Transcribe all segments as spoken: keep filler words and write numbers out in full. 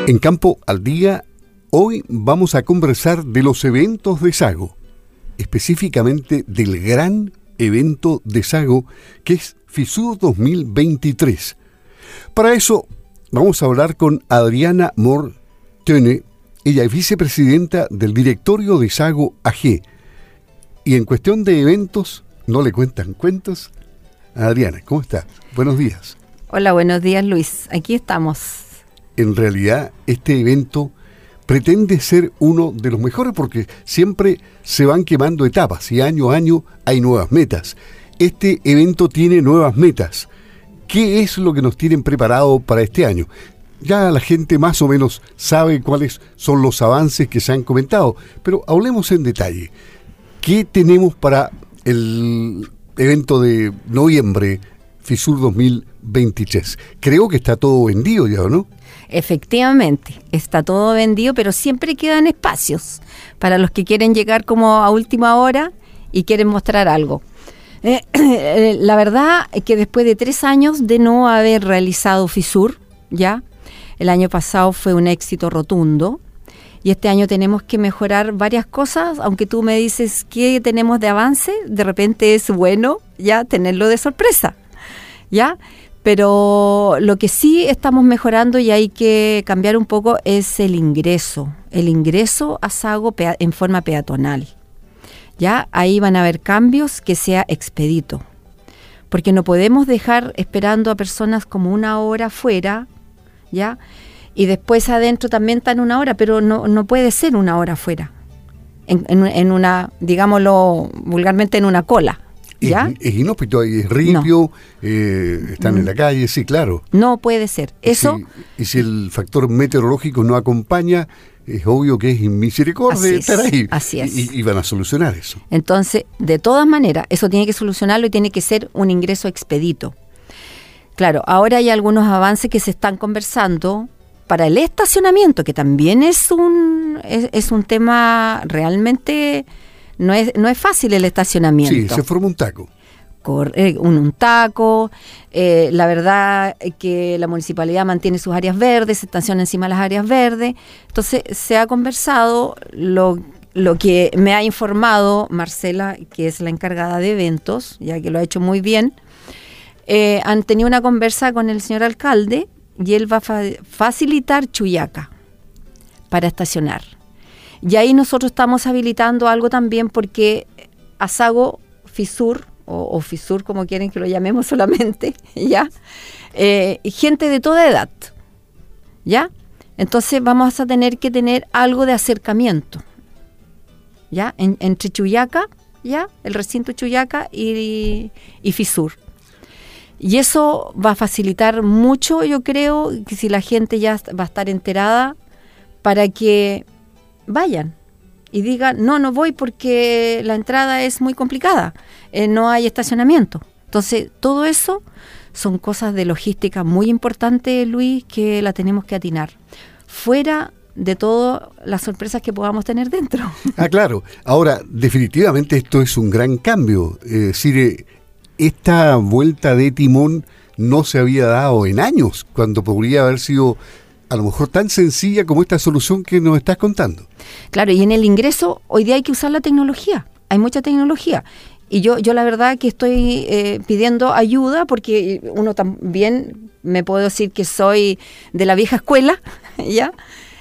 En Campo al Día, hoy vamos a conversar de los eventos de Sago, específicamente del gran evento de Sago que es FISUR dos mil veintitrés. Para eso vamos a hablar con Adriana Mor-Töne. Ella es vicepresidenta del directorio de Sago A G. Y en cuestión de eventos, no le cuentan cuentos. Adriana, ¿cómo está? Buenos días. Hola, buenos días, Luis. Aquí estamos. En realidad, este evento pretende ser uno de los mejores porque siempre se van quemando etapas y año a año hay nuevas metas. Este evento tiene nuevas metas. ¿Qué es lo que nos tienen preparado para este año? Ya la gente más o menos sabe cuáles son los avances que se han comentado, pero hablemos en detalle. ¿Qué tenemos para el evento de noviembre, FISUR dos mil veintitrés? Creo que está todo vendido ya, ¿no? Efectivamente, está todo vendido, pero siempre quedan espacios para los que quieren llegar como a última hora y quieren mostrar algo. Eh, eh, la verdad es que después de tres años de no haber realizado FISUR, ya, el año pasado fue un éxito rotundo y este año tenemos que mejorar varias cosas, aunque tú me dices qué tenemos de avance, de repente es bueno ya tenerlo de sorpresa, ¿ya? Pero lo que sí estamos mejorando y hay que cambiar un poco es el ingreso, el ingreso a Sago pea- en forma peatonal. Ya ahí van a haber cambios que sea expedito, porque no podemos dejar esperando a personas como una hora afuera, ya, y después adentro también están una hora, pero no, no puede ser una hora afuera, en, en, en una, digámoslo vulgarmente, en una cola. ¿Ya? Es, es inhóspito, ahí es ripio, no. eh, están mm. en la calle, sí, claro. No puede ser. Eso. Sí, y si el factor meteorológico no acompaña, es obvio que es misericordia estar ahí. Así es. Y, y van a solucionar eso. Entonces, de todas maneras, eso tiene que solucionarlo y tiene que ser un ingreso expedito. Claro, ahora hay algunos avances que se están conversando para el estacionamiento, que también es un, es, es un tema realmente. No es, no es fácil el estacionamiento. Sí, se forma un taco. Corre, un, un taco. Eh, la verdad que la municipalidad mantiene sus áreas verdes, se estaciona encima de las áreas verdes. Entonces se ha conversado, lo, lo que me ha informado Marcela, que es la encargada de eventos, ya que lo ha hecho muy bien. Eh, han tenido una conversa con el señor alcalde y él va a fa- facilitar Chuyaca para estacionar. Y ahí nosotros estamos habilitando algo también porque a Sago FISUR, o, o FISUR como quieren que lo llamemos solamente, ¿ya? Eh, gente de toda edad, ¿ya? Entonces vamos a tener que tener algo de acercamiento, ¿ya? En, entre Chuyaca, ¿ya? El recinto Chuyaca y, y FISUR. Y eso va a facilitar mucho, yo creo, que si la gente ya va a estar enterada para que vayan y digan, no, no voy porque la entrada es muy complicada, eh, no hay estacionamiento. Entonces, todo eso son cosas de logística muy importantes, Luis, que la tenemos que atinar. Fuera de todas las sorpresas que podamos tener dentro. Ah, claro. Ahora, definitivamente esto es un gran cambio. Es decir, esta vuelta de timón no se había dado en años, cuando podría haber sido a lo mejor tan sencilla como esta solución que nos estás contando. Claro, y en el ingreso hoy día hay que usar la tecnología, hay mucha tecnología. Y yo, yo la verdad que estoy eh, pidiendo ayuda porque uno también, me puedo decir que soy de la vieja escuela, ¿ya?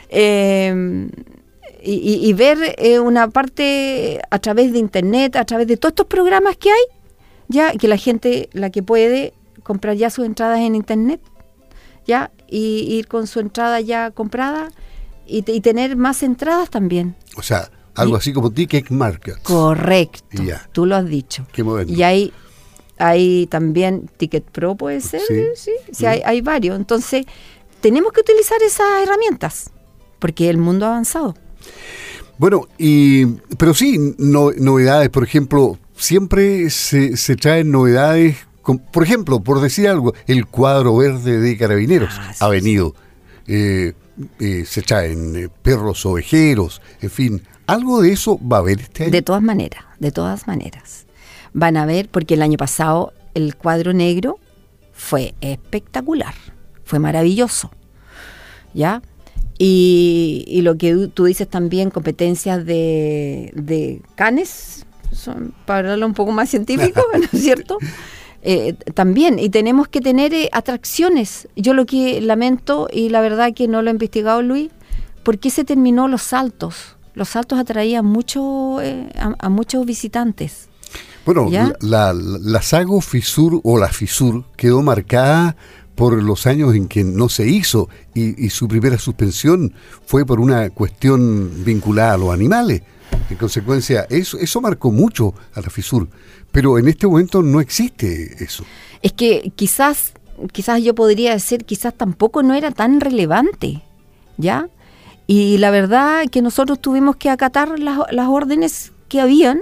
Eh, y, y, y ver eh, una parte a través de internet, a través de todos estos programas que hay, ya que la gente, la que puede, comprar ya sus entradas en internet, ya, y ir con su entrada ya comprada y, y tener más entradas también. O sea, algo y, así como Ticket Market. Correcto, ya. Tú lo has dicho. Qué moderno. Y hay, hay también Ticket Pro, puede ser, sí, sí, sí, sí. Hay, hay varios. Entonces, tenemos que utilizar esas herramientas, porque el mundo ha avanzado. Bueno, y pero sí, no, novedades, por ejemplo, siempre se, se traen novedades. Por ejemplo, por decir algo, el cuadro verde de Carabineros ah, sí, ha venido, sí. eh, eh, se traen eh, perros ovejeros, en fin, algo de eso va a haber este año. De todas maneras, de todas maneras, van a ver, porque el año pasado el cuadro negro fue espectacular, fue maravilloso, ¿ya? Y, y lo que tú dices también, competencias de, de canes, son, para hablarlo un poco más científico, ¿no es cierto? Eh, también, y tenemos que tener eh, atracciones. Yo lo que lamento, y la verdad que no lo he investigado, Luis, ¿por qué se terminó los saltos? Los saltos atraían mucho, eh, a, a muchos visitantes. Bueno, la, la, la Sago Fisur o la Fisur quedó marcada por los años en que no se hizo y, y su primera suspensión fue por una cuestión vinculada a los animales. En consecuencia, eso, eso marcó mucho a la Fisur, pero en este momento no existe eso. Es que quizás, quizás yo podría decir, quizás tampoco no era tan relevante, ¿ya? Y la verdad que nosotros tuvimos que acatar las, las órdenes que habían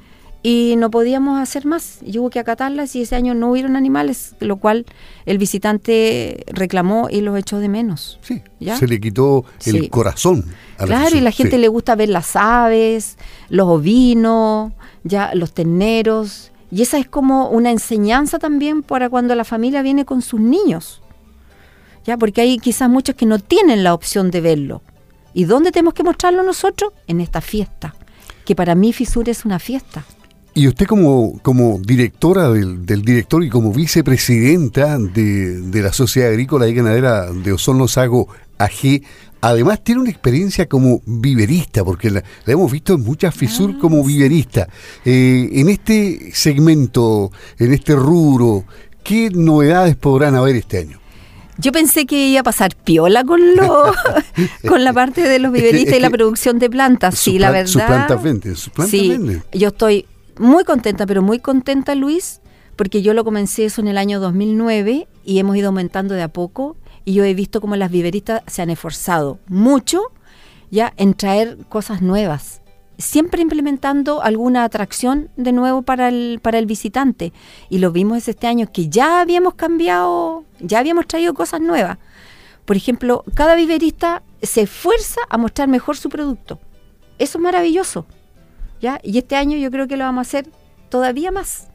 y no podíamos hacer más, y hubo que acatarlas y ese año no hubieron animales, lo cual el visitante reclamó y los echó de menos. Sí, ¿ya? Se le quitó el sí. corazón a la Claro, Fisur. y la gente sí. le gusta ver las aves, los ovinos, ya los terneros, y esa es como una enseñanza también para cuando la familia viene con sus niños, ya, porque hay quizás muchos que no tienen la opción de verlo. ¿Y dónde tenemos que mostrarlo nosotros? En esta fiesta, que para mí Fisur es una fiesta. Y usted como, como directora del, del director y como vicepresidenta de, de la Sociedad Agrícola y Ganadera de Osorno Sago A G, además tiene una experiencia como viverista, porque la, la hemos visto en muchas Fisur ah, como viverista. Eh, en este segmento, en este rubro, ¿qué novedades podrán haber este año? Yo pensé que iba a pasar piola con lo, con la parte de los viveristas es que, es y la producción de plantas. Sí, la verdad. Sus plantas venden, sus plantas sí, venden. Yo estoy muy contenta, pero muy contenta, Luis, porque yo lo comencé eso en el año dos mil nueve y hemos ido aumentando de a poco y yo he visto cómo las viveristas se han esforzado mucho ya en traer cosas nuevas, siempre implementando alguna atracción de nuevo para el, para el visitante. Y lo vimos este año que ya habíamos cambiado, ya habíamos traído cosas nuevas. Por ejemplo, cada viverista se esfuerza a mostrar mejor su producto. Eso es maravilloso, ¿ya? Y este año yo creo que lo vamos a hacer todavía más,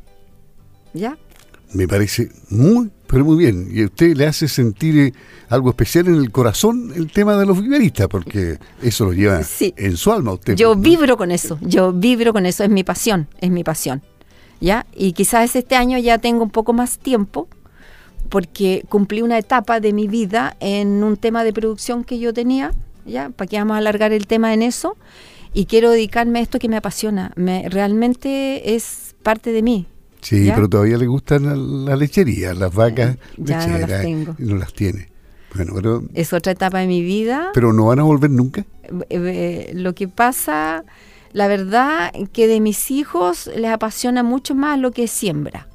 ¿ya? Me parece muy, pero muy bien. Y a usted le hace sentir eh, algo especial en el corazón el tema de los viveristas, porque eso lo lleva sí. en su alma usted. Yo ¿no? vibro con eso, yo vibro con eso, es mi pasión, es mi pasión, ¿ya? Y quizás este año ya tengo un poco más tiempo, porque cumplí una etapa de mi vida en un tema de producción que yo tenía, ¿ya? ¿Para qué vamos a alargar el tema en eso? Y quiero dedicarme a esto que me apasiona, me, realmente es parte de mí. Sí, ¿ya? Pero todavía le gustan la, la lechería, las vacas ya lecheras. No las tengo. No las tiene. Bueno, pero, es otra etapa de mi vida. ¿Pero no van a volver nunca? Eh, eh, lo que pasa, la verdad, que de mis hijos les apasiona mucho más lo que es siembra.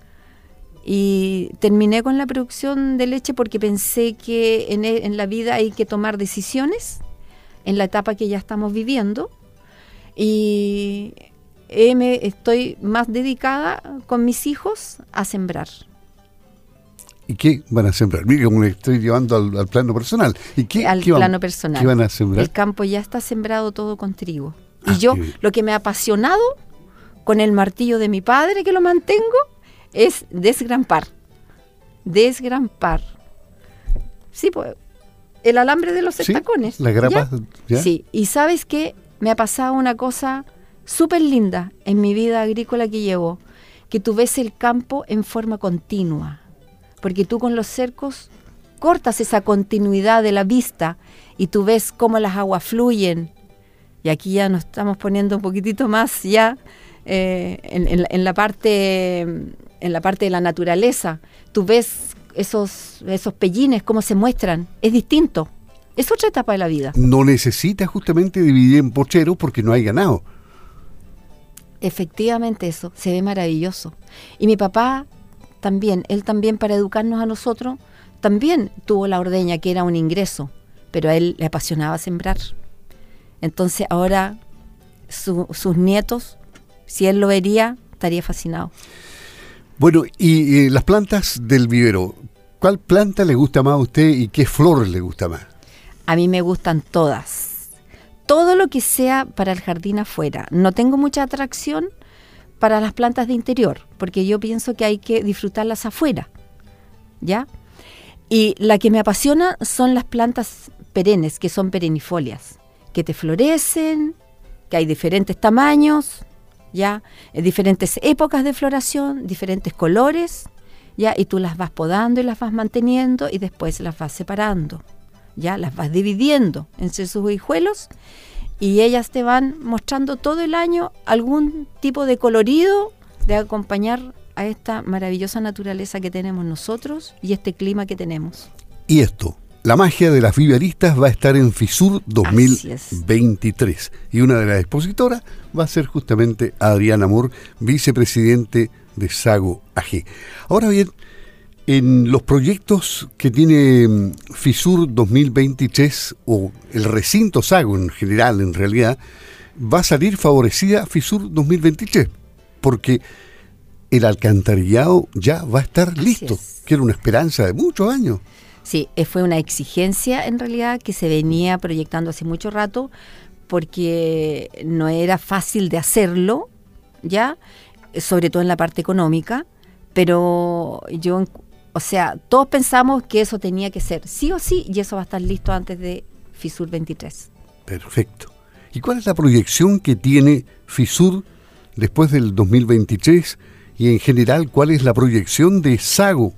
Y terminé con la producción de leche porque pensé que en, en la vida hay que tomar decisiones en la etapa que ya estamos viviendo. Y... Eh, me, estoy más dedicada con mis hijos a sembrar. ¿Y qué van a sembrar? Mira, como le estoy llevando al, al plano personal. ¿Y qué, al qué plano van, personal. ¿Qué van a sembrar? El campo ya está sembrado todo con trigo. Ah, y yo, qué... lo que me ha apasionado con el martillo de mi padre, que lo mantengo, es desgrampar. Desgrampar. Sí, pues, el alambre de los ¿Sí? estacones. ¿La grapa? ¿Ya? ¿Ya? Sí, y ¿sabes qué? Me ha pasado una cosa súper linda en mi vida agrícola que llevo, que tú ves el campo en forma continua, porque tú con los cercos cortas esa continuidad de la vista y tú ves cómo las aguas fluyen, y aquí ya nos estamos poniendo un poquitito más ya eh, en, en, en la parte en la parte de la naturaleza, tú ves esos, esos pellines cómo se muestran, es distinto, es otra etapa de la vida. No necesita justamente dividir en pocheros porque no hay ganado. Efectivamente eso, se ve maravilloso. Y mi papá también, él también para educarnos a nosotros, también tuvo la ordeña, que era un ingreso, pero a él le apasionaba sembrar. Entonces ahora su, sus nietos, si él lo vería, estaría fascinado. Bueno, y eh, las plantas del vivero, ¿cuál planta le gusta más a usted y qué flor le gusta más? A mí me gustan todas. Todo lo que sea para el jardín afuera. No tengo mucha atracción para las plantas de interior, porque yo pienso que hay que disfrutarlas afuera, ¿ya? Y la que me apasiona son las plantas perennes, que son perennifolias, que te florecen, que hay diferentes tamaños, ya, en diferentes épocas de floración, diferentes colores, ya, y tú las vas podando y las vas manteniendo y después las vas separando, ya, las vas dividiendo entre sus hijuelos y ellas te van mostrando todo el año algún tipo de colorido de acompañar a esta maravillosa naturaleza que tenemos nosotros y este clima que tenemos. Y esto, la magia de las viveristas va a estar en FISUR dos mil veintitrés. Y una de las expositoras va a ser justamente Adriana Moore, vicepresidente de Sago A G. Ahora bien, en los proyectos que tiene FISUR dos mil veintitrés, o el recinto Sago en general, en realidad, va a salir favorecida FISUR dos mil veintitrés, porque el alcantarillado ya va a estar listo, que era una esperanza de muchos años. Sí, fue una exigencia en realidad que se venía proyectando hace mucho rato, porque no era fácil de hacerlo, ya, sobre todo en la parte económica, pero yo, o sea, todos pensamos que eso tenía que ser sí o sí, y eso va a estar listo antes de FISUR veintitrés. Perfecto. ¿Y cuál es la proyección que tiene FISUR después del dos mil veintitrés? Y en general, ¿cuál es la proyección de Sago?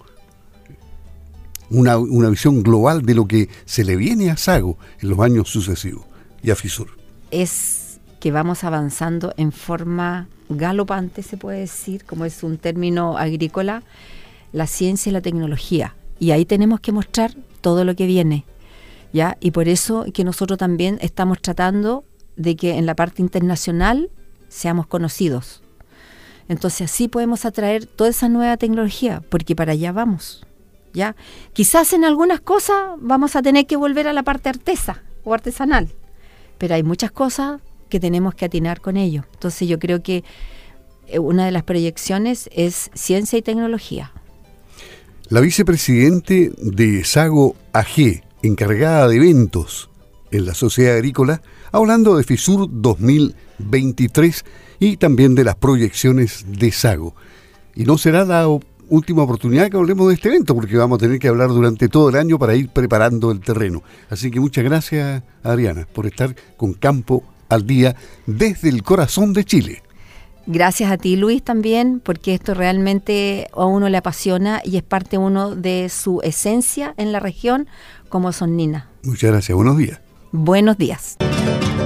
Una, una visión global de lo que se le viene a Sago en los años sucesivos y a FISUR. Es que vamos avanzando en forma galopante, se puede decir, como es un término agrícola, la ciencia y la tecnología. Y ahí tenemos que mostrar todo lo que viene, ¿ya? Y por eso que nosotros también estamos tratando de que en la parte internacional seamos conocidos. Entonces así podemos atraer toda esa nueva tecnología, porque para allá vamos, ¿ya? Quizás en algunas cosas vamos a tener que volver a la parte artesa o artesanal, pero hay muchas cosas que tenemos que atinar con ello. Entonces yo creo que una de las proyecciones es ciencia y tecnología. La vicepresidente de Sago A G, encargada de eventos en la sociedad agrícola, hablando de FISUR dos mil veintitrés y también de las proyecciones de Sago. Y no será la última oportunidad que hablemos de este evento, porque vamos a tener que hablar durante todo el año para ir preparando el terreno. Así que muchas gracias, Adriana, por estar con Campo al Día desde el corazón de Chile. Gracias a ti, Luis, también, porque esto realmente a uno le apasiona y es parte uno de su esencia en la región, como son Nina. Muchas gracias, buenos días. Buenos días.